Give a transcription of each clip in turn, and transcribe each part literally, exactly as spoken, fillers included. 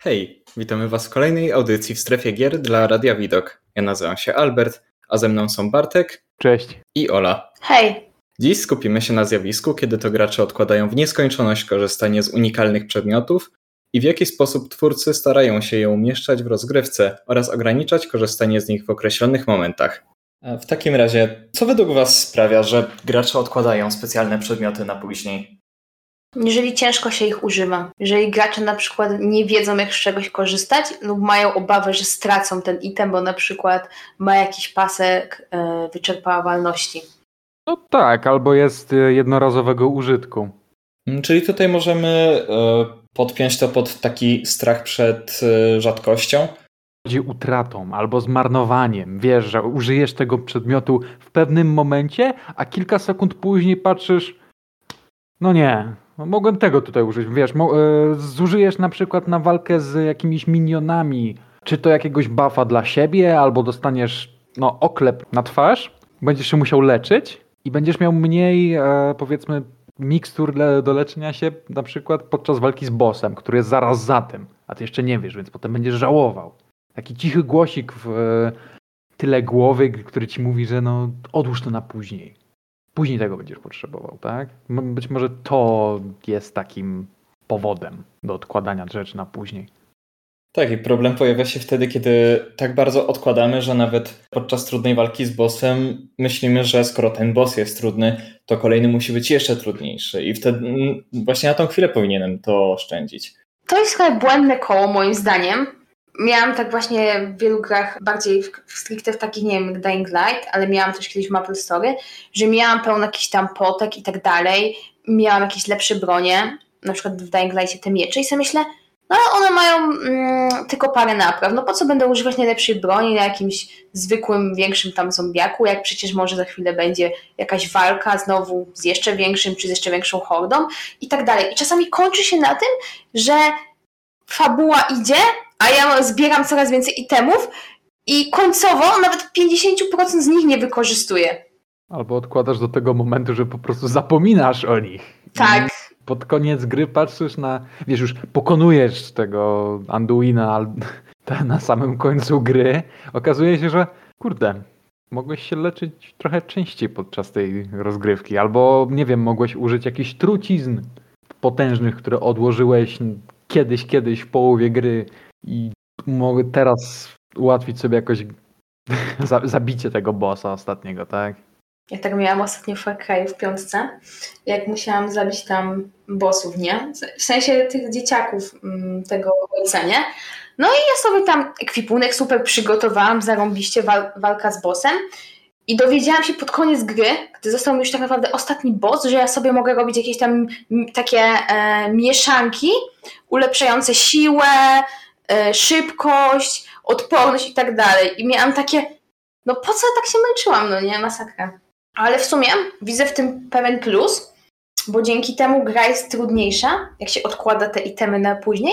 Hej, witamy Was w kolejnej audycji w Strefie Gier dla Radia Widok. Ja nazywam się Albert, a ze mną są Bartek. Cześć. I Ola. Hej. Dziś skupimy się na zjawisku, kiedy to gracze odkładają w nieskończoność korzystanie z unikalnych przedmiotów i w jaki sposób twórcy starają się je umieszczać w rozgrywce oraz ograniczać korzystanie z nich w określonych momentach. A w takim razie, co według Was sprawia, że gracze odkładają specjalne przedmioty na później? Jeżeli ciężko się ich używa, jeżeli gracze na przykład nie wiedzą, jak z czegoś korzystać lub mają obawę, że stracą ten item, bo na przykład ma jakiś pasek e, wyczerpywalności. No tak, albo jest jednorazowego użytku. Czyli tutaj możemy e, podpiąć to pod taki strach przed e, rzadkością. Chodzi utratą albo zmarnowaniem. Wiesz, że użyjesz tego przedmiotu w pewnym momencie, a kilka sekund później patrzysz, no nie, no mogłem tego tutaj użyć. Wiesz, mo- e, zużyjesz na przykład na walkę z jakimiś minionami, czy to jakiegoś buffa dla siebie, albo dostaniesz no, oklep na twarz, będziesz się musiał leczyć i będziesz miał mniej, e, powiedzmy, mikstur le- do leczenia się na przykład podczas walki z bossem, który jest zaraz za tym, a ty jeszcze nie wiesz, więc potem będziesz żałował. Taki cichy głosik w e, tyle głowy, który ci mówi, że no odłóż to na później. Później tego będziesz potrzebował, tak? M- Być może to jest takim powodem do odkładania rzeczy na później. Tak, i problem pojawia się wtedy, kiedy tak bardzo odkładamy, że nawet podczas trudnej walki z bossem myślimy, że skoro ten boss jest trudny, to kolejny musi być jeszcze trudniejszy. I wtedy mm, właśnie na tą chwilę powinienem to oszczędzić. To jest chyba błędne koło, moim zdaniem. Miałam tak właśnie w wielu grach, bardziej w, stricte w takich, nie wiem, jak Dying Light, ale miałam też kiedyś w Maple Story, że miałam pełno jakichś tam potek i tak dalej, miałam jakieś lepsze bronie, na przykład w Dying Lightie te miecze i sobie myślę, no ale one mają mm, tylko parę napraw, no po co będę używać najlepszej broni na jakimś zwykłym, większym tam zombiaku, jak przecież może za chwilę będzie jakaś walka znowu z jeszcze większym, czy z jeszcze większą hordą i tak dalej. I czasami kończy się na tym, że fabuła idzie, a ja zbieram coraz więcej itemów i końcowo nawet pięćdziesiąt procent z nich nie wykorzystuję. Albo odkładasz do tego momentu, że po prostu zapominasz o nich. Tak. I pod koniec gry patrzysz na, wiesz, już pokonujesz tego Anduina na samym końcu gry. Okazuje się, że kurde, mogłeś się leczyć trochę częściej podczas tej rozgrywki. Albo, nie wiem, mogłeś użyć jakichś trucizn potężnych, które odłożyłeś kiedyś, kiedyś w połowie gry i mogę teraz ułatwić sobie jakoś zabicie tego bossa ostatniego, tak? Ja tak miałam ostatnio w Far Cry w piątce, jak musiałam zabić tam bossów, nie? W sensie tych dzieciaków tego ojca, nie? No i ja sobie tam ekwipunek super przygotowałam, zarąbiście wal- walka z bossem i dowiedziałam się pod koniec gry, gdy został mi już tak naprawdę ostatni boss, że ja sobie mogę robić jakieś tam m- takie e, mieszanki ulepszające siłę, e, szybkość, odporność i tak dalej. I miałam takie, no po co tak się męczyłam, no nie? Masakra. Ale w sumie widzę w tym pewien plus, bo dzięki temu gra jest trudniejsza, jak się odkłada te itemy na później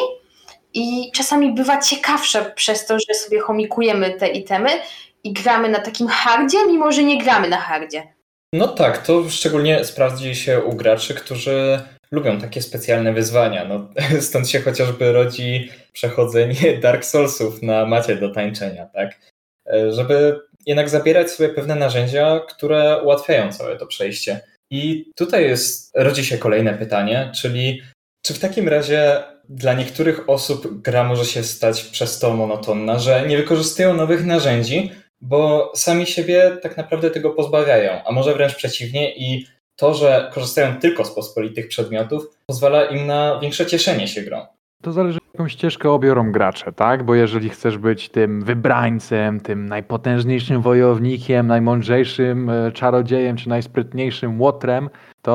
i czasami bywa ciekawsza przez to, że sobie chomikujemy te itemy i gramy na takim hardzie, mimo że nie gramy na hardzie. No tak, to szczególnie sprawdzi się u graczy, którzy lubią takie specjalne wyzwania. No, stąd się chociażby rodzi przechodzenie Dark Soulsów na macie do tańczenia, tak? Żeby jednak zabierać sobie pewne narzędzia, które ułatwiają całe to przejście. I tutaj jest, rodzi się kolejne pytanie, czyli czy w takim razie dla niektórych osób gra może się stać przez to monotonna, że nie wykorzystują nowych narzędzi, bo sami siebie tak naprawdę tego pozbawiają, a może wręcz przeciwnie i to, że korzystają tylko z pospolitych przedmiotów, pozwala im na większe cieszenie się grą. To zależy, jaką ścieżkę obiorą gracze, tak? Bo jeżeli chcesz być tym wybrańcem, tym najpotężniejszym wojownikiem, najmądrzejszym czarodziejem czy najsprytniejszym łotrem,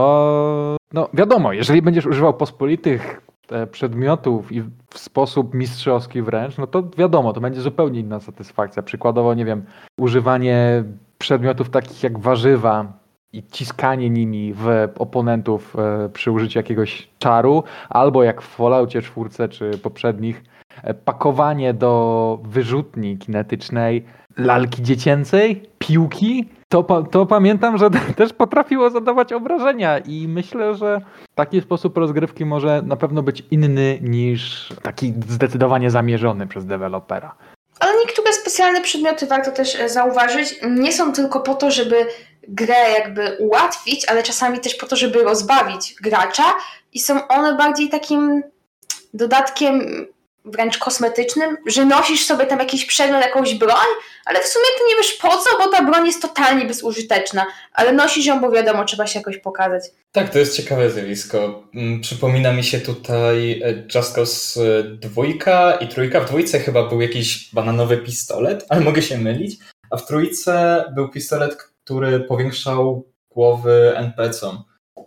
to no wiadomo, jeżeli będziesz używał pospolitych przedmiotów i w sposób mistrzowski wręcz, no to wiadomo, to będzie zupełnie inna satysfakcja. Przykładowo, nie wiem, używanie przedmiotów takich jak warzywa i ciskanie nimi w oponentów e, przy użyciu jakiegoś czaru, albo jak w Falloutie czwórce czy poprzednich, e, pakowanie do wyrzutni kinetycznej lalki dziecięcej, piłki To, to pamiętam, że też potrafiło zadawać obrażenia i myślę, że taki sposób rozgrywki może na pewno być inny niż taki zdecydowanie zamierzony przez dewelopera. Ale niektóre specjalne przedmioty, warto też zauważyć, nie są tylko po to, żeby grę jakby ułatwić, ale czasami też po to, żeby rozbawić gracza i są one bardziej takim dodatkiem wręcz kosmetycznym, że nosisz sobie tam jakiś przedmiot, jakąś broń, ale w sumie ty nie wiesz po co, bo ta broń jest totalnie bezużyteczna, ale nosisz ją, bo wiadomo, trzeba się jakoś pokazać. Tak, to jest ciekawe zjawisko. Przypomina mi się tutaj Just Cause dwójka i trójka. W dwójce chyba był jakiś bananowy pistolet, ale mogę się mylić, a w trójce był pistolet, który powiększał głowy en pe ce-om.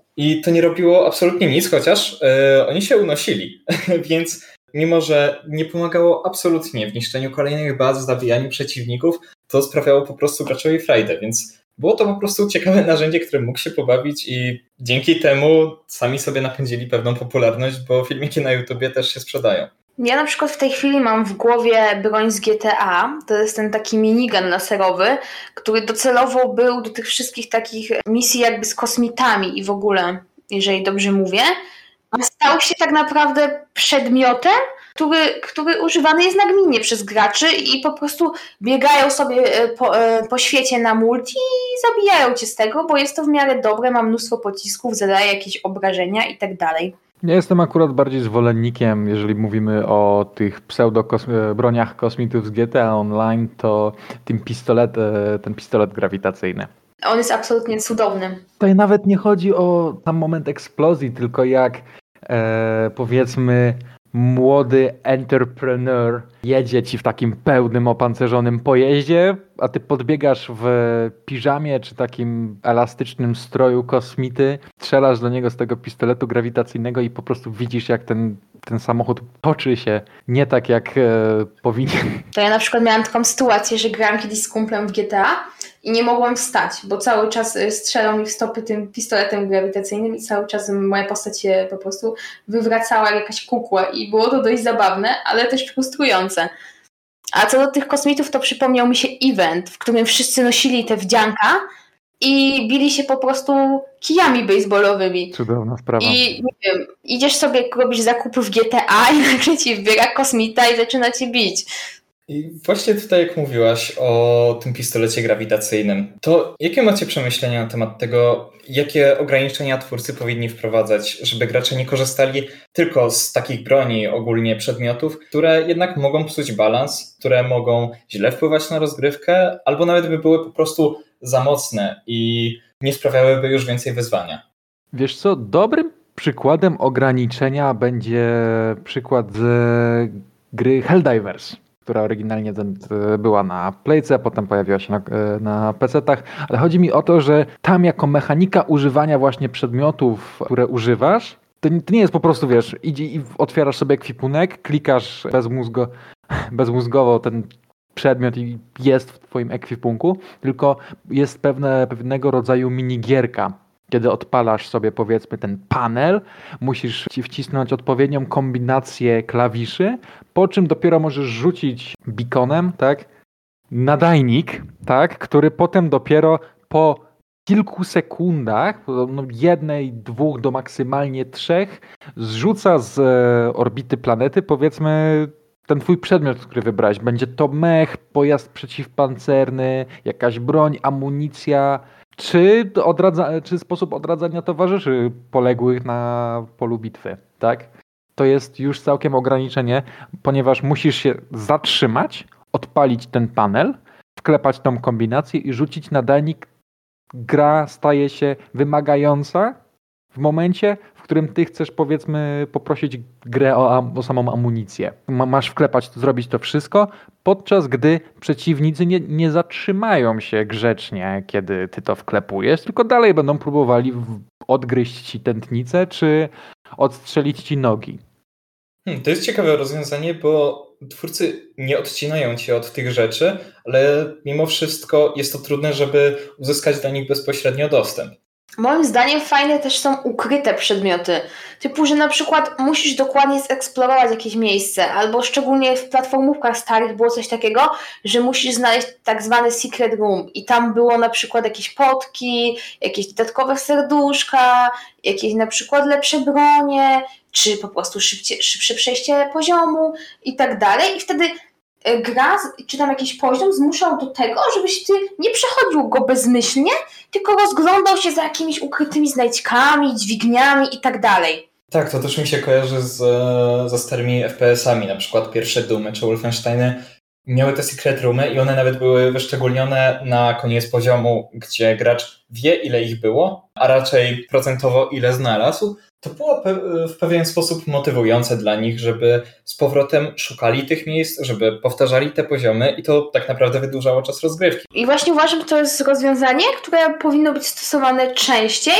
I to nie robiło absolutnie nic, chociaż yy, oni się unosili, więc mimo, że nie pomagało absolutnie w niszczeniu kolejnych baz, zabijaniu przeciwników, to sprawiało po prostu graczowi frajdę, więc było to po prostu ciekawe narzędzie, które mógł się pobawić i dzięki temu sami sobie napędzili pewną popularność, bo filmiki na YouTubie też się sprzedają. Ja na przykład w tej chwili mam w głowie broń z G T A, to jest ten taki minigun laserowy, który docelowo był do tych wszystkich takich misji jakby z kosmitami i w ogóle, jeżeli dobrze mówię, a stał się tak naprawdę przedmiotem, który, który używany jest nagminnie przez graczy i po prostu biegają sobie po, po świecie na multi i zabijają cię z tego, bo jest to w miarę dobre, ma mnóstwo pocisków, zadaje jakieś obrażenia i tak dalej. Ja jestem akurat bardziej zwolennikiem, jeżeli mówimy o tych pseudo-broniach kosmitów z G T A Online, to ten pistolet, ten pistolet grawitacyjny. On jest absolutnie cudowny. Tutaj nawet nie chodzi o tam moment eksplozji, tylko jak e, powiedzmy młody entrepreneur jedzie ci w takim pełnym, opancerzonym pojeździe, a ty podbiegasz w piżamie czy takim elastycznym stroju kosmity, strzelasz do niego z tego pistoletu grawitacyjnego i po prostu widzisz, jak ten, ten samochód toczy się nie tak, jak e, powinien. To ja na przykład miałam taką sytuację, że grałam kiedyś z kumplem w G T A i nie mogłam wstać, bo cały czas strzelał mi w stopy tym pistoletem grawitacyjnym i cały czas moja postać się po prostu wywracała jak jakaś kukła i było to dość zabawne, ale też frustrujące. A co do tych kosmitów, to przypomniał mi się event, w którym wszyscy nosili te wdzianka i bili się po prostu kijami baseballowymi. Cudowna sprawa. I nie wiem, idziesz sobie, robisz zakupy w G T A i nagle ci wbiera kosmita i zaczyna cię bić. I właśnie tutaj jak mówiłaś o tym pistolecie grawitacyjnym, to jakie macie przemyślenia na temat tego, jakie ograniczenia twórcy powinni wprowadzać, żeby gracze nie korzystali tylko z takich broni, ogólnie przedmiotów, które jednak mogą psuć balans, które mogą źle wpływać na rozgrywkę, albo nawet by były po prostu za mocne i nie sprawiałyby już więcej wyzwania. Wiesz co, dobrym przykładem ograniczenia będzie przykład z gry Helldivers, która oryginalnie była na Playce, potem pojawiła się na, na pecetach, ale chodzi mi o to, że tam jako mechanika używania właśnie przedmiotów, które używasz, to nie, to nie jest po prostu, wiesz, idzie i otwierasz sobie ekwipunek, klikasz bezmózgo, bezmózgowo ten przedmiot i jest w twoim ekwipunku, tylko jest pewne, pewnego rodzaju minigierka. Kiedy odpalasz sobie, powiedzmy, ten panel, musisz ci wcisnąć odpowiednią kombinację klawiszy, po czym dopiero możesz rzucić beaconem, tak, nadajnik, tak, który potem dopiero po kilku sekundach, no jednej, dwóch do maksymalnie trzech, zrzuca z orbity planety, powiedzmy, ten twój przedmiot, który wybrałeś. Będzie to mech, pojazd przeciwpancerny, jakaś broń, amunicja, czy, odradza, czy sposób odradzania towarzyszy poległych na polu bitwy, tak? To jest już całkiem ograniczenie, ponieważ musisz się zatrzymać, odpalić ten panel, wklepać tą kombinację i rzucić nadajnik. Gra staje się wymagająca w momencie, w którym ty chcesz, powiedzmy, poprosić grę o, o samą amunicję. Masz wklepać, zrobić to wszystko, podczas gdy przeciwnicy nie, nie zatrzymają się grzecznie, kiedy ty to wklepujesz, tylko dalej będą próbowali odgryźć ci tętnicę, czy odstrzelić ci nogi. Hmm, to jest ciekawe rozwiązanie, bo twórcy nie odcinają cię od tych rzeczy, ale mimo wszystko jest to trudne, żeby uzyskać do nich bezpośrednio dostęp. Moim zdaniem fajne też są ukryte przedmioty. Typu, że na przykład musisz dokładnie zeksplorować jakieś miejsce, albo szczególnie w platformówkach starych było coś takiego, że musisz znaleźć tak zwany secret room i tam było na przykład jakieś potki, jakieś dodatkowe serduszka, jakieś na przykład lepsze bronie, czy po prostu szybcie, szybsze przejście poziomu i tak dalej. I wtedy gra, czy tam jakiś poziom zmuszał do tego, żebyś ty nie przechodził go bezmyślnie, tylko rozglądał się za jakimiś ukrytymi znajdźkami, dźwigniami i tak dalej. Tak, to też mi się kojarzy z, ze starymi F P S-ami, na przykład pierwsze Doomy czy Wolfensteiny miały te secret roomy i one nawet były wyszczególnione na koniec poziomu, gdzie gracz wie, ile ich było, a raczej procentowo ile znalazł. To było w pewien sposób motywujące dla nich, żeby z powrotem szukali tych miejsc, żeby powtarzali te poziomy i to tak naprawdę wydłużało czas rozgrywki. I właśnie uważam, że to jest rozwiązanie, które powinno być stosowane częściej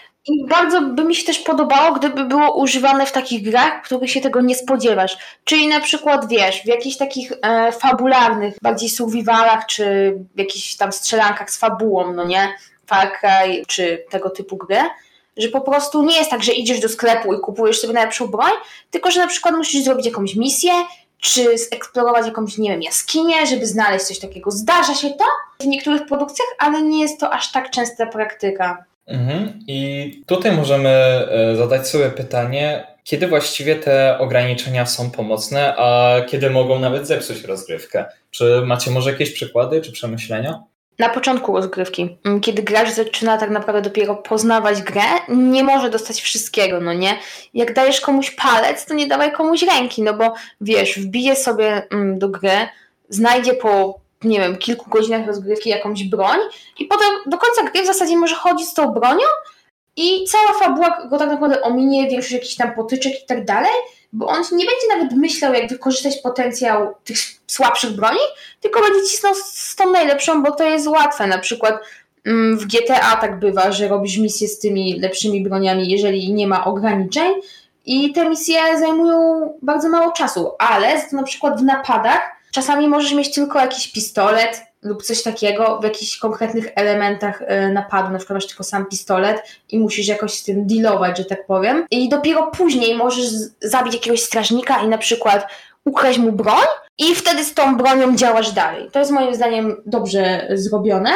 i bardzo by mi się też podobało, gdyby było używane w takich grach, w których się tego nie spodziewasz. Czyli na przykład, wiesz, w jakichś takich e, fabularnych, bardziej survivalach, czy w jakichś tam strzelankach z fabułą, no nie? Far Cry, czy tego typu gry. Że po prostu nie jest tak, że idziesz do sklepu i kupujesz sobie najlepszą broń, tylko że na przykład musisz zrobić jakąś misję, czy zeksplorować jakąś, nie wiem, jaskinię, żeby znaleźć coś takiego. Zdarza się to w niektórych produkcjach, ale nie jest to aż tak częsta praktyka. Mhm. I tutaj możemy zadać sobie pytanie, kiedy właściwie te ograniczenia są pomocne, a kiedy mogą nawet zepsuć rozgrywkę. Czy macie może jakieś przykłady czy przemyślenia? Na początku rozgrywki, kiedy gracz zaczyna tak naprawdę dopiero poznawać grę, nie może dostać wszystkiego, no nie? Jak dajesz komuś palec, to nie dawaj komuś ręki, no bo wiesz, wbije sobie do gry, znajdzie po, nie wiem, kilku godzinach rozgrywki jakąś broń i potem do końca gry w zasadzie może chodzić z tą bronią i cała fabuła go tak naprawdę ominie, większość jakichś tam potyczek i tak dalej, bo on nie będzie nawet myślał, jak wykorzystać potencjał tych słabszych broni, tylko będzie cisnął z tą najlepszą, bo to jest łatwe. Na przykład w G T A tak bywa, że robisz misje z tymi lepszymi broniami, jeżeli nie ma ograniczeń i te misje zajmują bardzo mało czasu, ale za to na przykład w napadach czasami możesz mieć tylko jakiś pistolet lub coś takiego w jakichś konkretnych elementach napadu, na przykład masz tylko sam pistolet i musisz jakoś z tym dealować, że tak powiem. I dopiero później możesz zabić jakiegoś strażnika i na przykład ukraść mu broń i wtedy z tą bronią działasz dalej. To jest moim zdaniem dobrze zrobione,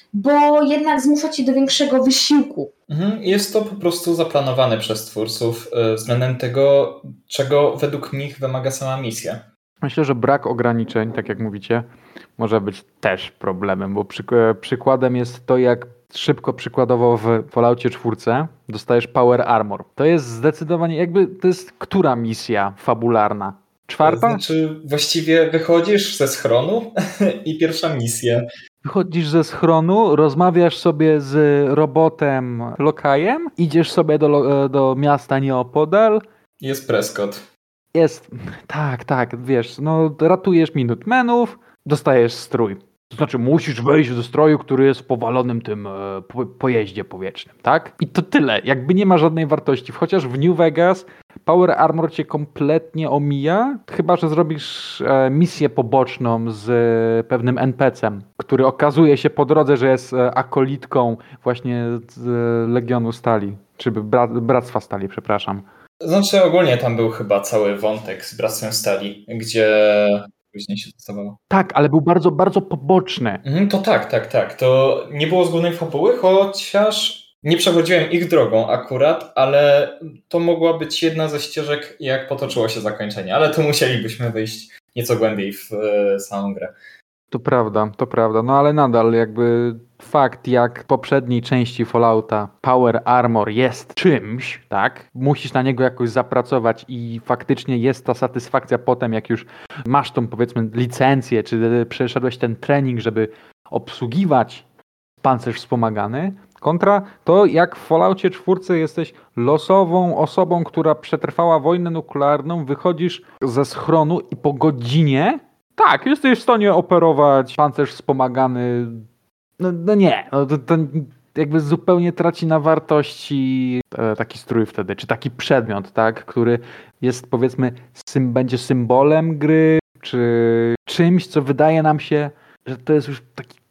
bo jednak zmusza cię do większego wysiłku. Jest to po prostu zaplanowane przez twórców względem tego, czego według nich wymaga sama misja. Myślę, że brak ograniczeń, tak jak mówicie, może być też problemem, bo przykładem jest to, jak szybko przykładowo w Falloutie czwórce dostajesz Power Armor. To jest zdecydowanie jakby, to jest która misja fabularna? Czwarta? To znaczy właściwie wychodzisz ze schronu i pierwsza misja. Wychodzisz ze schronu, rozmawiasz sobie z robotem lokajem, idziesz sobie do, do miasta nieopodal. Jest Prescott. Jest, tak, tak, wiesz, no ratujesz Minutemenów, dostajesz strój. To znaczy musisz wejść do stroju, który jest w powalonym tym e, po, pojeździe powietrznym, tak? I to tyle, jakby nie ma żadnej wartości. Chociaż w New Vegas Power Armor cię kompletnie omija, chyba że zrobisz e, misję poboczną z e, pewnym en pe ce em, który okazuje się po drodze, że jest e, akolitką właśnie z e, Legionu Stali, czy bra, Bractwa Stali, przepraszam. Znaczy ogólnie tam był chyba cały wątek z Bractwem Stali, gdzie później się dostawało. Tak, ale był bardzo, bardzo poboczny. Mhm, to tak, tak, tak. To nie było z głównej fabuły, chociaż nie przechodziłem ich drogą akurat, ale to mogła być jedna ze ścieżek, jak potoczyło się zakończenie, ale to musielibyśmy wejść nieco głębiej w e, samą grę. To prawda, to prawda, no ale nadal jakby fakt, jak w poprzedniej części Fallouta Power Armor jest czymś, tak? Musisz na niego jakoś zapracować i faktycznie jest ta satysfakcja potem, jak już masz tą, powiedzmy, licencję, czy przeszedłeś ten trening, żeby obsługiwać pancerz wspomagany, kontra to, jak w Falloutie czwórce jesteś losową osobą, która przetrwała wojnę nuklearną, wychodzisz ze schronu i po godzinie tak, jesteś w stanie operować pancerz wspomagany. No, no nie, no to, to jakby zupełnie traci na wartości e, taki strój wtedy, czy taki przedmiot, tak, który jest, powiedzmy, sym, będzie symbolem gry, czy czymś, co wydaje nam się, że to jest już taki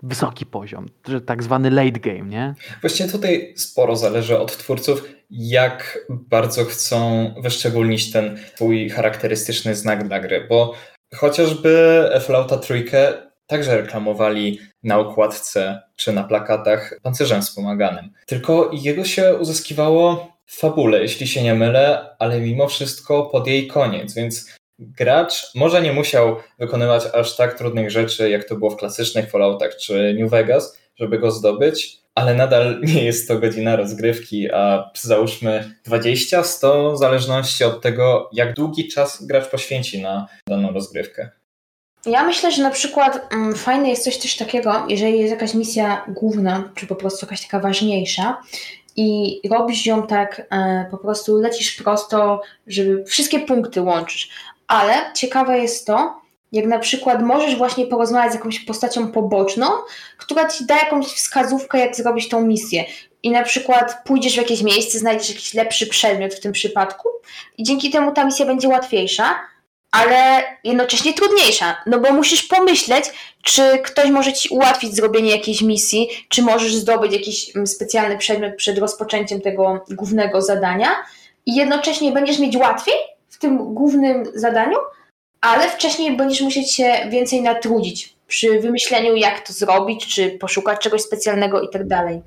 wysoki poziom, że tak zwany late game, nie? Właśnie tutaj sporo zależy od twórców, jak bardzo chcą wyszczególnić ten swój charakterystyczny znak dla gry, bo chociażby Fallouta trójkę także reklamowali na okładce czy na plakatach pancerzem wspomaganym. Tylko jego się uzyskiwało w fabule, jeśli się nie mylę, ale mimo wszystko pod jej koniec, więc gracz może nie musiał wykonywać aż tak trudnych rzeczy, jak to było w klasycznych Falloutach czy New Vegas, żeby go zdobyć, ale nadal nie jest to godzina rozgrywki, a załóżmy dwadzieścia sto, w zależności od tego, jak długi czas gracz poświęci na daną rozgrywkę. Ja myślę, że na przykład mm, fajne jest coś też takiego, jeżeli jest jakaś misja główna, czy po prostu jakaś taka ważniejsza i robisz ją tak, e, po prostu lecisz prosto, żeby wszystkie punkty łączysz. Ale ciekawe jest to, jak na przykład możesz właśnie porozmawiać z jakąś postacią poboczną, która ci da jakąś wskazówkę, jak zrobić tą misję. I na przykład pójdziesz w jakieś miejsce, znajdziesz jakiś lepszy przedmiot w tym przypadku i dzięki temu ta misja będzie łatwiejsza, ale jednocześnie trudniejsza, no bo musisz pomyśleć, czy ktoś może ci ułatwić zrobienie jakiejś misji, czy możesz zdobyć jakiś specjalny przedmiot przed rozpoczęciem tego głównego zadania i jednocześnie będziesz mieć łatwiej w tym głównym zadaniu, ale wcześniej będziesz musieć się więcej natrudzić przy wymyśleniu, jak to zrobić, czy poszukać czegoś specjalnego i tak dalej.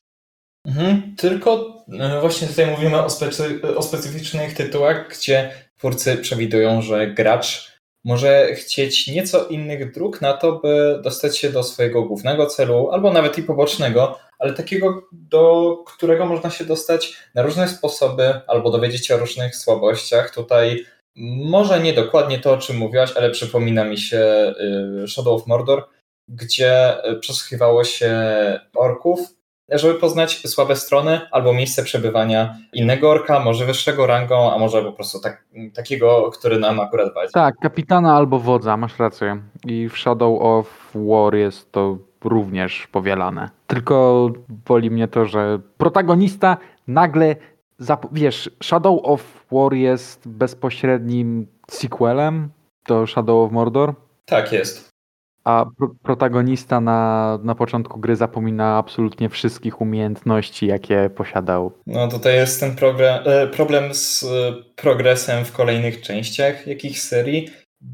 Mhm, tylko właśnie tutaj mówimy o, specy- o specyficznych tytułach, gdzie twórcy przewidują, że gracz może chcieć nieco innych dróg na to, by dostać się do swojego głównego celu, albo nawet i pobocznego, ale takiego, do którego można się dostać na różne sposoby, albo dowiedzieć się o różnych słabościach. Tutaj może nie dokładnie to, o czym mówiłaś, ale przypomina mi się Shadow of Mordor, gdzie przesłuchiwało się orków, żeby poznać słabe strony albo miejsce przebywania innego orka, może wyższego rangą, a może po prostu tak, takiego, który nam akurat wadzi. Tak, kapitana albo wodza, masz rację. I w Shadow of War jest to również powielane. Tylko boli mnie to, że protagonista nagle, zap- wiesz, Shadow of War jest bezpośrednim sequelem do Shadow of Mordor. Tak jest. A pro- protagonista na, na początku gry zapomina absolutnie wszystkich umiejętności, jakie posiadał. No tutaj jest ten progre- problem z progresem w kolejnych częściach jakichś serii,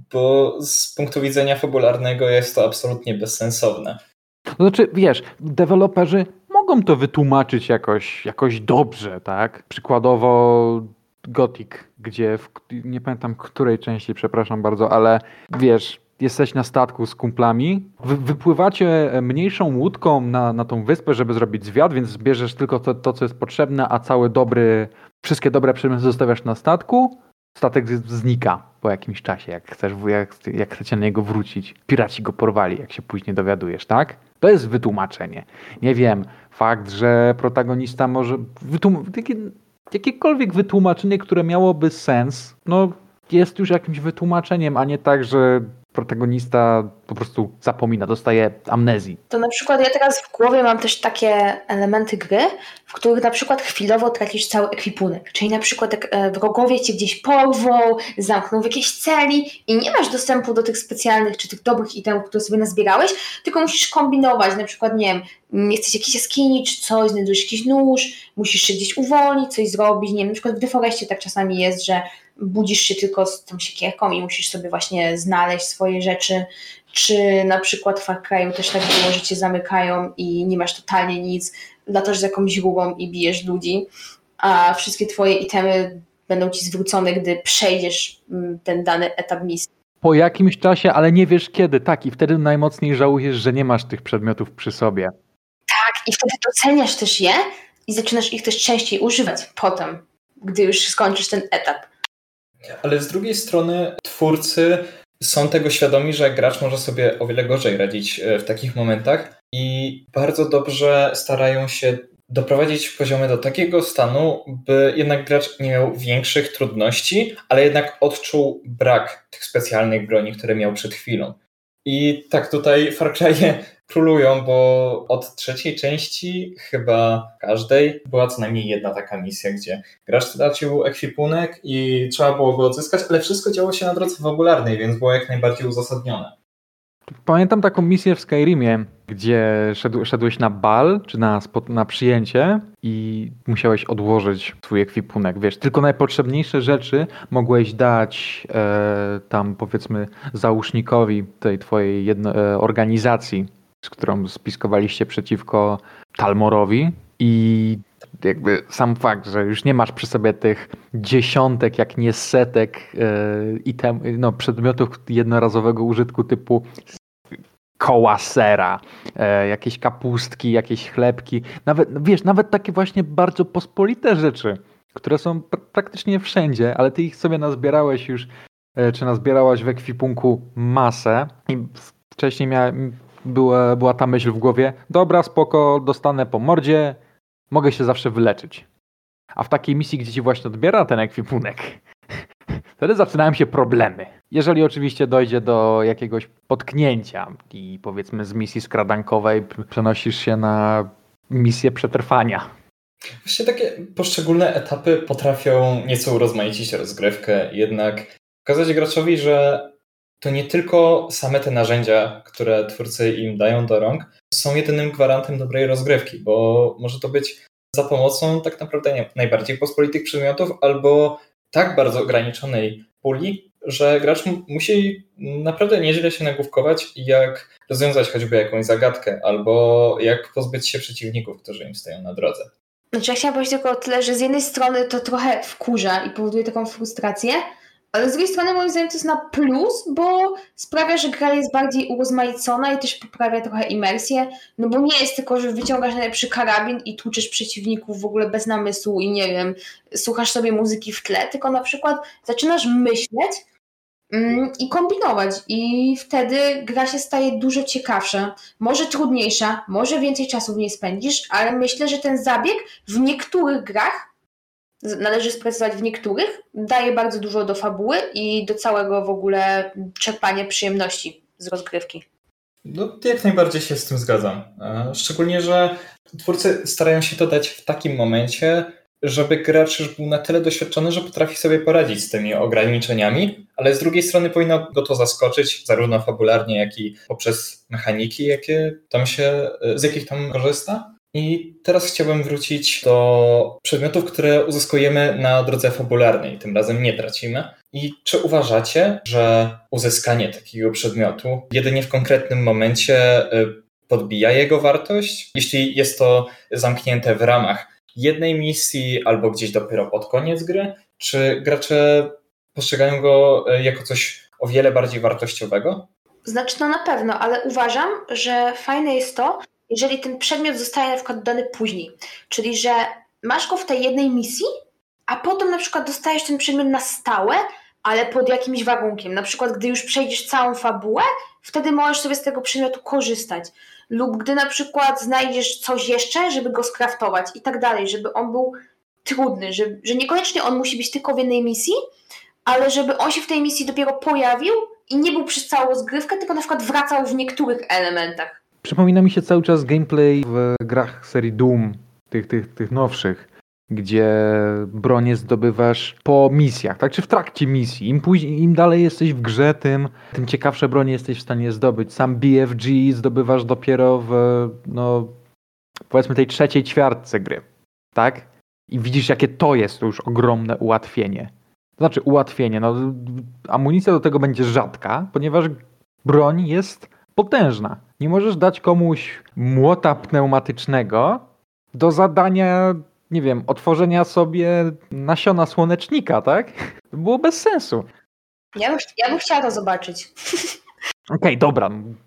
bo z punktu widzenia fabularnego jest to absolutnie bezsensowne. To znaczy, wiesz, deweloperzy mogą to wytłumaczyć jakoś, jakoś dobrze, tak? Przykładowo Gothic, gdzie, w, nie pamiętam której części, przepraszam bardzo, ale wiesz, jesteś na statku z kumplami, wy, wypływacie mniejszą łódką na, na tą wyspę, żeby zrobić zwiat, więc bierzesz tylko to, to, co jest potrzebne, a cały dobry, wszystkie dobre przedmioty zostawiasz na statku, statek znika po jakimś czasie, jak chcesz, jak, jak chcecie na niego wrócić. Piraci go porwali, jak się później dowiadujesz, tak? To jest wytłumaczenie. Nie wiem, fakt, że protagonista może... Wytłum- jakie, jakiekolwiek wytłumaczenie, które miałoby sens, no jest już jakimś wytłumaczeniem, a nie tak, że protagonista po prostu zapomina, dostaje amnezji. To na przykład ja teraz w głowie mam też takie elementy gry, w których na przykład chwilowo tracisz cały ekwipunek. Czyli na przykład jak wrogowie cię gdzieś porwą, zamkną w jakiejś celi i nie masz dostępu do tych specjalnych czy tych dobrych itemów, które sobie nazbierałeś, tylko musisz kombinować. Na przykład, nie wiem, jesteś jakiejś jaskini czy coś, znajdujesz jakiś nóż, musisz się gdzieś uwolnić, coś zrobić. Nie wiem, na przykład w Deforestie tak czasami jest, że budzisz się tylko z tą siekierką i musisz sobie właśnie znaleźć swoje rzeczy, czy na przykład w Far Cry'u też tak było, że cię zamykają i nie masz totalnie nic, latasz z jakąś rurą i bijesz ludzi, a wszystkie twoje itemy będą ci zwrócone, gdy przejdziesz ten dany etap misji. Po jakimś czasie, ale nie wiesz kiedy, tak, i wtedy najmocniej żałujesz, że nie masz tych przedmiotów przy sobie. Tak, i wtedy doceniasz też je i zaczynasz ich też częściej używać potem, gdy już skończysz ten etap. Ale z drugiej strony twórcy są tego świadomi, że gracz może sobie o wiele gorzej radzić w takich momentach i bardzo dobrze starają się doprowadzić poziomy do takiego stanu, by jednak gracz nie miał większych trudności, ale jednak odczuł brak tych specjalnych broni, które miał przed chwilą. I tak tutaj Far Cry'e królują, bo od trzeciej części chyba każdej była co najmniej jedna taka misja, gdzie gracz stracił ekwipunek i trzeba było go odzyskać, ale wszystko działo się na drodze fabularnej, więc było jak najbardziej uzasadnione. Pamiętam taką misję w Skyrimie, gdzie szedł, szedłeś na bal, czy na, spot, na przyjęcie i musiałeś odłożyć swój ekwipunek, wiesz, tylko najpotrzebniejsze rzeczy mogłeś dać e, tam powiedzmy załóżnikowi tej twojej jedno, e, organizacji, z którą spiskowaliście przeciwko Talmorowi i jakby sam fakt, że już nie masz przy sobie tych dziesiątek, jak nie setek e, item, no, przedmiotów jednorazowego użytku typu koła sera, e, jakieś kapustki, jakieś chlebki, nawet, wiesz, nawet takie właśnie bardzo pospolite rzeczy, które są pr- praktycznie wszędzie, ale ty ich sobie nazbierałeś już, e, czy nazbierałaś w ekwipunku masę i wcześniej miałem, była, była ta myśl w głowie, dobra, spoko, dostanę po mordzie, mogę się zawsze wyleczyć. A w takiej misji, gdzie ci właśnie odbiera ten ekwipunek, wtedy zaczynają się problemy. Jeżeli oczywiście dojdzie do jakiegoś potknięcia i powiedzmy z misji skradankowej przenosisz się na misję przetrwania. Właśnie takie poszczególne etapy potrafią nieco urozmaicić rozgrywkę, jednak pokazać graczowi, że to nie tylko same te narzędzia, które twórcy im dają do rąk, są jedynym gwarantem dobrej rozgrywki, bo może to być za pomocą tak naprawdę nie, najbardziej pospolitych przedmiotów albo tak bardzo ograniczonej puli, że gracz musi naprawdę nieźle się nagłówkować, jak rozwiązać choćby jakąś zagadkę albo jak pozbyć się przeciwników, którzy im stoją na drodze. Znaczy ja chciałam powiedzieć tylko o tyle, że z jednej strony to trochę wkurza i powoduje taką frustrację, ale z drugiej strony moim zdaniem to jest na plus, bo sprawia, że gra jest bardziej urozmaicona i też poprawia trochę imersję, no bo nie jest tylko, że wyciągasz najlepszy karabin i tłuczesz przeciwników w ogóle bez namysłu i nie wiem, słuchasz sobie muzyki w tle, tylko na przykład zaczynasz myśleć mm, i kombinować i wtedy gra się staje dużo ciekawsza, może trudniejsza, może więcej czasu w niej spędzisz, ale myślę, że ten zabieg w niektórych grach, należy sprecyzować w niektórych, daje bardzo dużo do fabuły i do całego w ogóle czerpania przyjemności z rozgrywki. No, jak najbardziej się z tym zgadzam. Szczególnie, że twórcy starają się to dać w takim momencie, żeby gracz już był na tyle doświadczony, że potrafi sobie poradzić z tymi ograniczeniami, ale z drugiej strony powinno go to zaskoczyć, zarówno fabularnie, jak i poprzez mechaniki, jakie tam się, z jakich tam korzysta. I teraz chciałbym wrócić do przedmiotów, które uzyskujemy na drodze fabularnej. Tym razem nie tracimy. I czy uważacie, że uzyskanie takiego przedmiotu jedynie w konkretnym momencie podbija jego wartość? Jeśli jest to zamknięte w ramach jednej misji albo gdzieś dopiero pod koniec gry, czy gracze postrzegają go jako coś o wiele bardziej wartościowego? Znaczy no na pewno, ale uważam, że fajne jest to, jeżeli ten przedmiot zostaje na przykład dodany później. Czyli, że masz go w tej jednej misji, a potem na przykład dostajesz ten przedmiot na stałe, ale pod jakimś warunkiem. Na przykład, gdy już przejdziesz całą fabułę, wtedy możesz sobie z tego przedmiotu korzystać. Lub gdy na przykład znajdziesz coś jeszcze, żeby go skraftować i tak dalej, żeby on był trudny, że, że niekoniecznie on musi być tylko w jednej misji, ale żeby on się w tej misji dopiero pojawił i nie był przez całą rozgrywkę, tylko na przykład wracał w niektórych elementach. Przypomina mi się cały czas gameplay w grach serii Doom, tych, tych, tych nowszych, gdzie bronię zdobywasz po misjach, tak? Czy w trakcie misji. Im później, im dalej jesteś w grze, tym, tym ciekawsze bronie jesteś w stanie zdobyć. Sam B F G zdobywasz dopiero w, no, powiedzmy tej trzeciej ćwiartce gry, tak? I widzisz, jakie to jest to już ogromne ułatwienie. To znaczy ułatwienie, no amunicja do tego będzie rzadka, ponieważ broń jest potężna. Nie możesz dać komuś młota pneumatycznego do zadania, nie wiem, otworzenia sobie nasiona słonecznika, tak? To było bez sensu. Ja bym, ja bym chciała to zobaczyć. Okej, okay, dobra.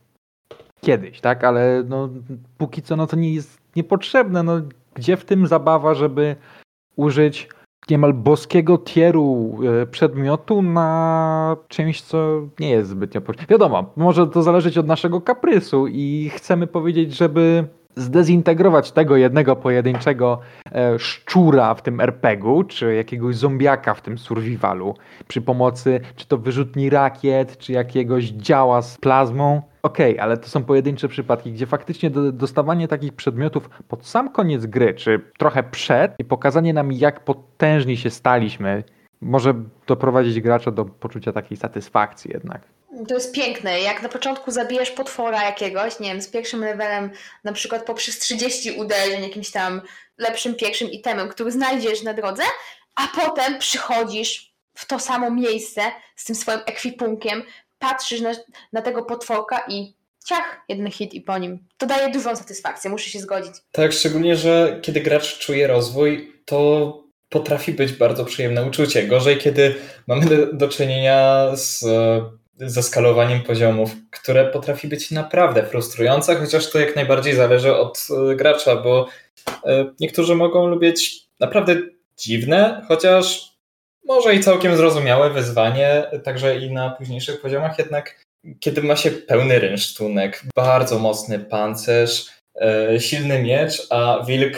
Kiedyś, tak? Ale no, póki co no to nie jest niepotrzebne. No, gdzie w tym zabawa, żeby użyć niemal boskiego tieru przedmiotu na czymś, co nie jest zbytnio potrzebne. Wiadomo, może to zależeć od naszego kaprysu i chcemy powiedzieć, żeby zdezintegrować tego jednego pojedynczego e, szczura w tym er pe gie u, czy jakiegoś zombiaka w tym survivalu przy pomocy czy to wyrzutni rakiet, czy jakiegoś działa z plazmą. Okej, okay, ale to są pojedyncze przypadki, gdzie faktycznie do, dostawanie takich przedmiotów pod sam koniec gry, czy trochę przed i pokazanie nam, jak potężni się staliśmy, może doprowadzić gracza do poczucia takiej satysfakcji jednak. To jest piękne. Jak na początku zabijesz potwora jakiegoś, nie wiem, z pierwszym levelem, na przykład poprzez trzydzieści uderzeń, jakimś tam lepszym pierwszym itemem, który znajdziesz na drodze, a potem przychodzisz w to samo miejsce z tym swoim ekwipunkiem, patrzysz na, na tego potworka i ciach, jeden hit i po nim. To daje dużą satysfakcję, muszę się zgodzić. Tak, szczególnie, że kiedy gracz czuje rozwój, to potrafi być bardzo przyjemne uczucie. Gorzej, kiedy mamy do, do czynienia z ze skalowaniem poziomów, które potrafi być naprawdę frustrujące, chociaż to jak najbardziej zależy od gracza, bo niektórzy mogą lubić naprawdę dziwne, chociaż może i całkiem zrozumiałe wyzwanie, także i na późniejszych poziomach, jednak kiedy ma się pełny rynsztunek, bardzo mocny pancerz, silny miecz, a wilk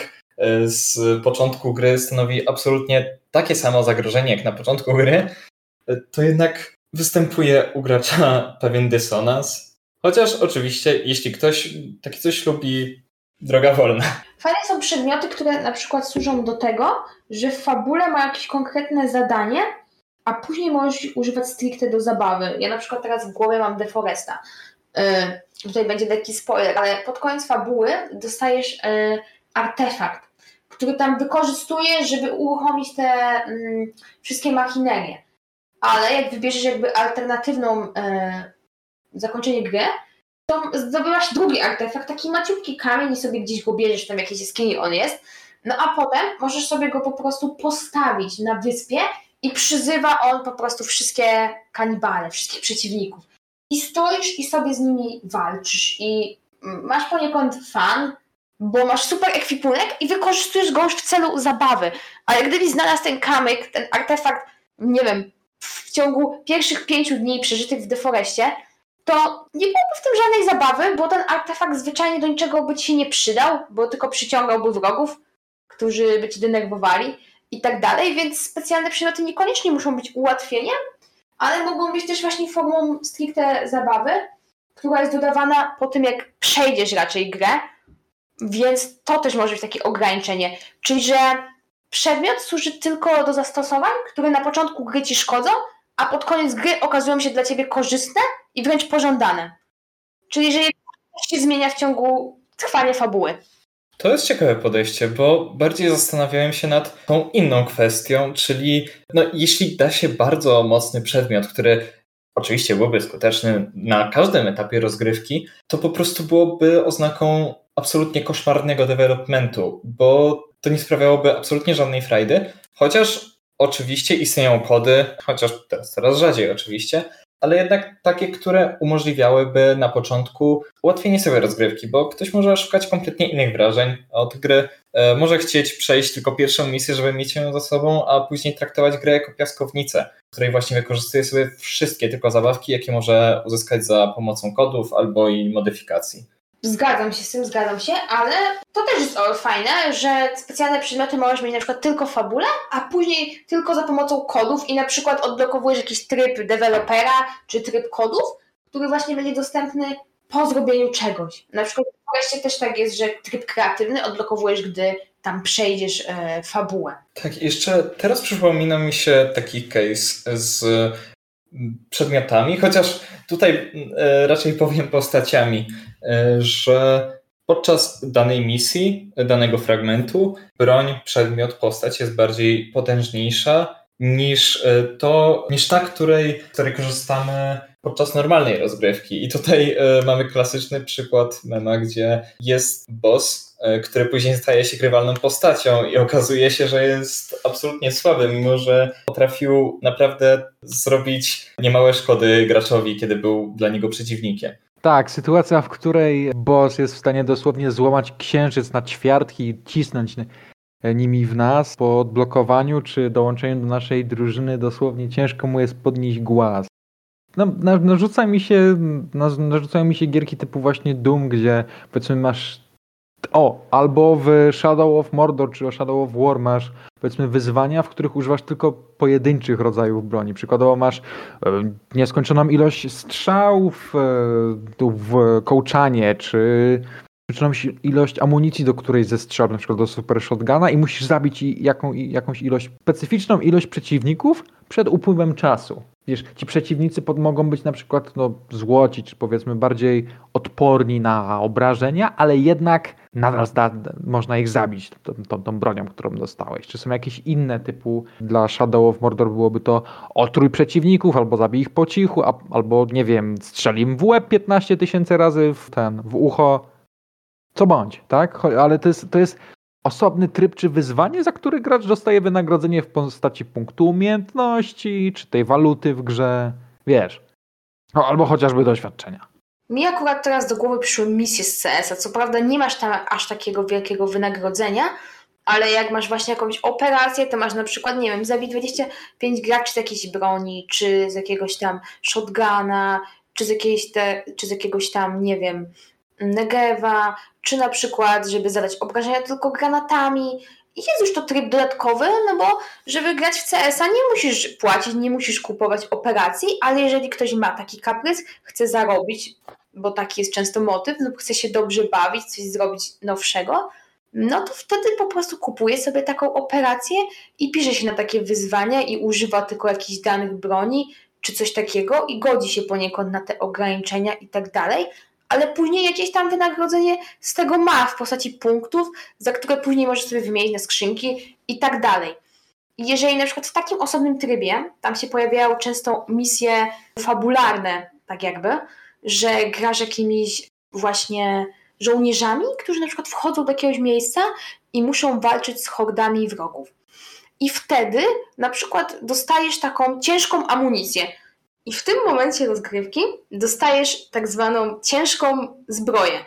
z początku gry stanowi absolutnie takie samo zagrożenie jak na początku gry, to jednak występuje u gracza pewien dysonans. Chociaż oczywiście, jeśli ktoś takie coś lubi, droga wolna. Fajne są przedmioty, które na przykład służą do tego, że w fabule ma jakieś konkretne zadanie, a później możesz używać stricte do zabawy. Ja na przykład teraz w głowie mam Deforesta. Yy, tutaj będzie taki spoiler, ale pod koniec fabuły dostajesz yy, artefakt, który tam wykorzystujesz, żeby uruchomić te yy, wszystkie machinerie. Ale jak wybierzesz jakby alternatywną e, zakończenie gry, to zdobywasz drugi artefakt, taki maciupki kamień i sobie gdzieś go bierzesz, tam jakiejś jaskini on jest, no a potem możesz sobie go po prostu postawić na wyspie i przyzywa on po prostu wszystkie kanibale, wszystkich przeciwników. I stoisz i sobie z nimi walczysz i masz poniekąd fan, bo masz super ekwipunek i wykorzystujesz go już w celu zabawy. Ale gdybyś znalazł ten kamyk, ten artefakt, nie wiem, w ciągu pierwszych pięciu dni przeżytych w Deforeście, to nie byłoby w tym żadnej zabawy, bo ten artefakt zwyczajnie do niczego by ci się nie przydał, bo tylko przyciągałby wrogów, którzy by ci denerwowali i tak dalej, więc specjalne przedmioty niekoniecznie muszą być ułatwieniem, ale mogą być też właśnie formą stricte zabawy, która jest dodawana po tym, jak przejdziesz raczej grę, więc to też może być takie ograniczenie, czyli że przedmiot służy tylko do zastosowań, które na początku gry ci szkodzą, a pod koniec gry okazują się dla ciebie korzystne i wręcz pożądane. Czyli że się zmienia w ciągu trwania fabuły. To jest ciekawe podejście, bo bardziej zastanawiałem się nad tą inną kwestią, czyli no, jeśli da się bardzo mocny przedmiot, który oczywiście byłby skuteczny na każdym etapie rozgrywki, to po prostu byłoby oznaką absolutnie koszmarnego developmentu, bo to nie sprawiałoby absolutnie żadnej frajdy, chociaż oczywiście istnieją kody, chociaż teraz coraz rzadziej oczywiście, ale jednak takie, które umożliwiałyby na początku ułatwienie sobie rozgrywki, bo ktoś może szukać kompletnie innych wrażeń od gry, e, może chcieć przejść tylko pierwszą misję, żeby mieć ją za sobą, a później traktować grę jako piaskownicę, w której właśnie wykorzystuje sobie wszystkie tylko zabawki, jakie może uzyskać za pomocą kodów albo i modyfikacji. Zgadzam się z tym, zgadzam się, ale to też jest o, fajne, że specjalne przedmioty możesz mieć na przykład tylko w fabule, a później tylko za pomocą kodów i na przykład odblokowujesz jakiś tryb dewelopera czy tryb kodów, który właśnie będzie dostępny po zrobieniu czegoś. Na przykład w Forestie też tak jest, że tryb kreatywny odblokowujesz, gdy tam przejdziesz e, fabułę. Tak, jeszcze teraz przypomina mi się taki case z przedmiotami, chociaż tutaj e, raczej powiem postaciami, e, że podczas danej misji, danego fragmentu, broń, przedmiot, postać jest bardziej potężniejsza niż to, niż ta, której, której korzystamy podczas normalnej rozgrywki. I tutaj e, mamy klasyczny przykład mema, gdzie jest boss, e, który później staje się grywalną postacią i okazuje się, że jest absolutnie słaby, mimo że potrafił naprawdę zrobić niemałe szkody graczowi, kiedy był dla niego przeciwnikiem. Tak, sytuacja, w której boss jest w stanie dosłownie złamać księżyc na ćwiartki i cisnąć nimi w nas po odblokowaniu czy dołączeniu do naszej drużyny, dosłownie ciężko mu jest podnieść głaz. No, narzuca mi się, narzucają mi się gierki typu właśnie Doom, gdzie powiedzmy masz o, albo w Shadow of Mordor czy Shadow of War masz powiedzmy wyzwania, w których używasz tylko pojedynczych rodzajów broni. Przykładowo masz e, nieskończoną ilość strzałów e, w kołczanie, czy określoną ilość amunicji, do której zestrzelasz, na przykład do super shotguna i musisz zabić jaką, jakąś ilość, specyficzną ilość przeciwników przed upływem czasu. Wiesz, ci przeciwnicy pod, mogą być na przykład no, złoci, czy powiedzmy bardziej odporni na obrażenia, ale jednak nadal zda, można ich zabić tą, tą, tą bronią, którą dostałeś. Czy są jakieś inne typu, dla Shadow of Mordor byłoby to otrój przeciwników, albo zabij ich po cichu, a, albo nie wiem, strzeli im w łeb piętnaście tysięcy razy w ten, w ucho. Co bądź, tak? Ale to jest, to jest osobny tryb czy wyzwanie, za który gracz dostaje wynagrodzenie w postaci punktu umiejętności, czy tej waluty w grze, wiesz. No, albo chociażby doświadczenia. Mi akurat teraz do głowy przyszły misje z C S a. Co prawda nie masz tam aż takiego wielkiego wynagrodzenia, ale jak masz właśnie jakąś operację, to masz na przykład, nie wiem, zabij dwadzieścia pięć graczy z jakiejś broni, czy z jakiegoś tam shotguna, czy z, jakiejś te, czy z jakiegoś tam, nie wiem, Negewa, czy na przykład, żeby zadać obrażenia tylko granatami. I jest już to tryb dodatkowy, no bo żeby grać w C S a nie musisz płacić, nie musisz kupować operacji, ale jeżeli ktoś ma taki kaprys, chce zarobić, bo taki jest często motyw, lub chce się dobrze bawić, coś zrobić nowszego, no to wtedy po prostu kupuje sobie taką operację i pisze się na takie wyzwania i używa tylko jakichś danych broni, czy coś takiego i godzi się poniekąd na te ograniczenia i tak dalej, ale później jakieś tam wynagrodzenie z tego ma w postaci punktów, za które później możesz sobie wymienić na skrzynki i tak dalej. I jeżeli na przykład w takim osobnym trybie, tam się pojawiają często misje fabularne, tak jakby, że grasz jakimiś właśnie żołnierzami, którzy na przykład wchodzą do jakiegoś miejsca i muszą walczyć z hordami wrogów. I wtedy na przykład dostajesz taką ciężką amunicję. I w tym momencie rozgrywki dostajesz tak zwaną ciężką zbroję,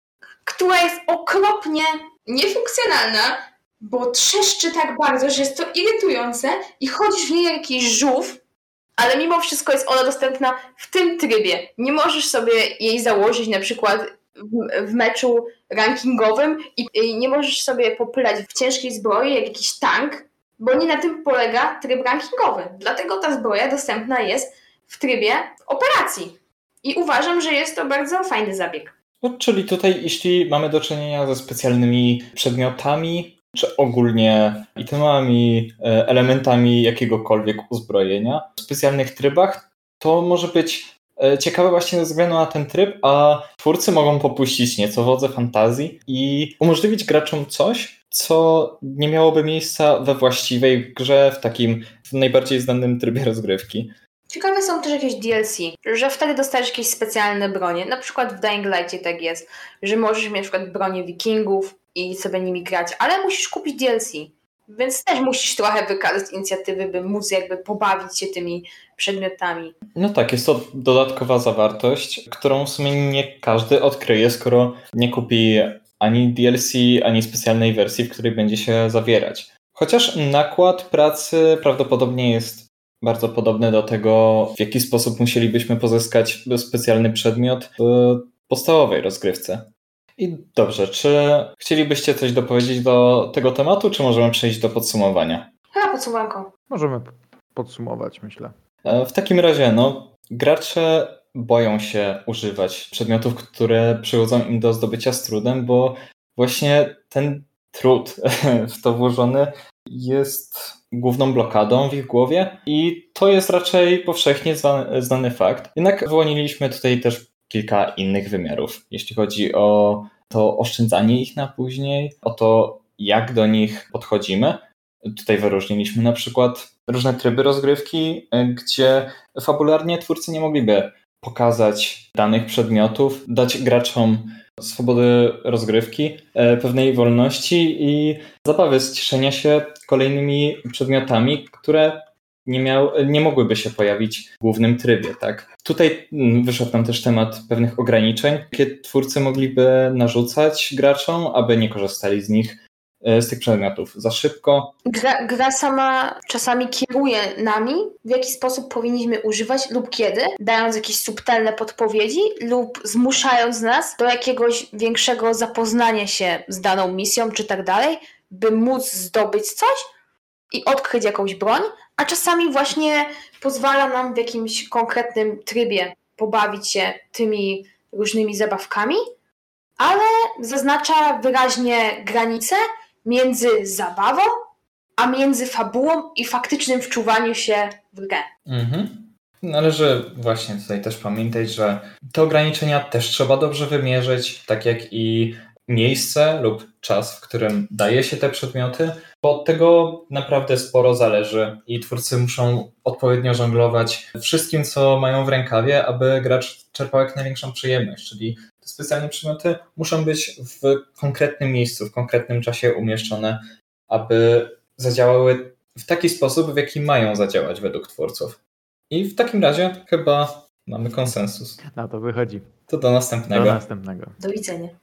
która jest okropnie niefunkcjonalna, bo trzeszczy tak bardzo, że jest to irytujące i chodzisz w niej jak jakiś żółw, ale mimo wszystko jest ona dostępna w tym trybie. Nie możesz sobie jej założyć na przykład w, w meczu rankingowym i, i nie możesz sobie popylać w ciężkiej zbroi jak jakiś tank, bo nie na tym polega tryb rankingowy. Dlatego ta zbroja dostępna jest w trybie operacji. I uważam, że jest to bardzo fajny zabieg. No, czyli tutaj, jeśli mamy do czynienia ze specjalnymi przedmiotami, czy ogólnie itemami, elementami jakiegokolwiek uzbrojenia w specjalnych trybach, to może być ciekawe właśnie ze względu na ten tryb, a twórcy mogą popuścić nieco wodze fantazji i umożliwić graczom coś, co nie miałoby miejsca we właściwej grze w takim w najbardziej znanym trybie rozgrywki. Ciekawe są też jakieś D L C, że wtedy dostajesz jakieś specjalne bronie. Na przykład w Dying Light'cie tak jest, że możesz mieć na przykład bronię wikingów i sobie nimi grać, ale musisz kupić D L C. Więc też musisz trochę wykazać inicjatywy, by móc jakby pobawić się tymi przedmiotami. No tak, jest to dodatkowa zawartość, którą w sumie nie każdy odkryje, skoro nie kupi ani D L C, ani specjalnej wersji, w której będzie się zawierać. Chociaż nakład pracy prawdopodobnie jest bardzo podobny do tego, w jaki sposób musielibyśmy pozyskać specjalny przedmiot w podstawowej rozgrywce. I dobrze, czy chcielibyście coś dopowiedzieć do tego tematu, czy możemy przejść do podsumowania? Chyba podsumowanko. Możemy podsumować, myślę. W takim razie, no, gracze boją się używać przedmiotów, które przychodzą im do zdobycia z trudem, bo właśnie ten trud w to włożony jest główną blokadą w ich głowie i to jest raczej powszechnie znany fakt. Jednak wyłoniliśmy tutaj też kilka innych wymiarów, jeśli chodzi o to oszczędzanie ich na później, o to, jak do nich podchodzimy. Tutaj wyróżniliśmy na przykład różne tryby rozgrywki, gdzie fabularnie twórcy nie mogliby pokazać danych przedmiotów, dać graczom swobody rozgrywki, pewnej wolności i zabawy z cieszenia się kolejnymi przedmiotami, które nie, miał, nie mogłyby się pojawić w głównym trybie. Tak? Tutaj wyszedł nam też temat pewnych ograniczeń, jakie twórcy mogliby narzucać graczom, aby nie korzystali z nich, z tych przedmiotów za szybko. Gra, gra sama czasami kieruje nami, w jaki sposób powinniśmy używać lub kiedy, dając jakieś subtelne podpowiedzi lub zmuszając nas do jakiegoś większego zapoznania się z daną misją czy tak dalej, by móc zdobyć coś i odkryć jakąś broń, a czasami właśnie pozwala nam w jakimś konkretnym trybie pobawić się tymi różnymi zabawkami, ale zaznacza wyraźnie granicę między zabawą, a między fabułą i faktycznym wczuwaniem się w grę. Mhm. Należy właśnie tutaj też pamiętać, że te ograniczenia też trzeba dobrze wymierzyć, tak jak i miejsce lub czas, w którym daje się te przedmioty, bo od tego naprawdę sporo zależy i twórcy muszą odpowiednio żonglować wszystkim, co mają w rękawie, aby gracz czerpał jak największą przyjemność, czyli te specjalne przedmioty muszą być w konkretnym miejscu, w konkretnym czasie umieszczone, aby zadziałały w taki sposób, w jaki mają zadziałać według twórców. I w takim razie chyba mamy konsensus. Na to wychodzi. To do następnego. Do następnego. Do widzenia.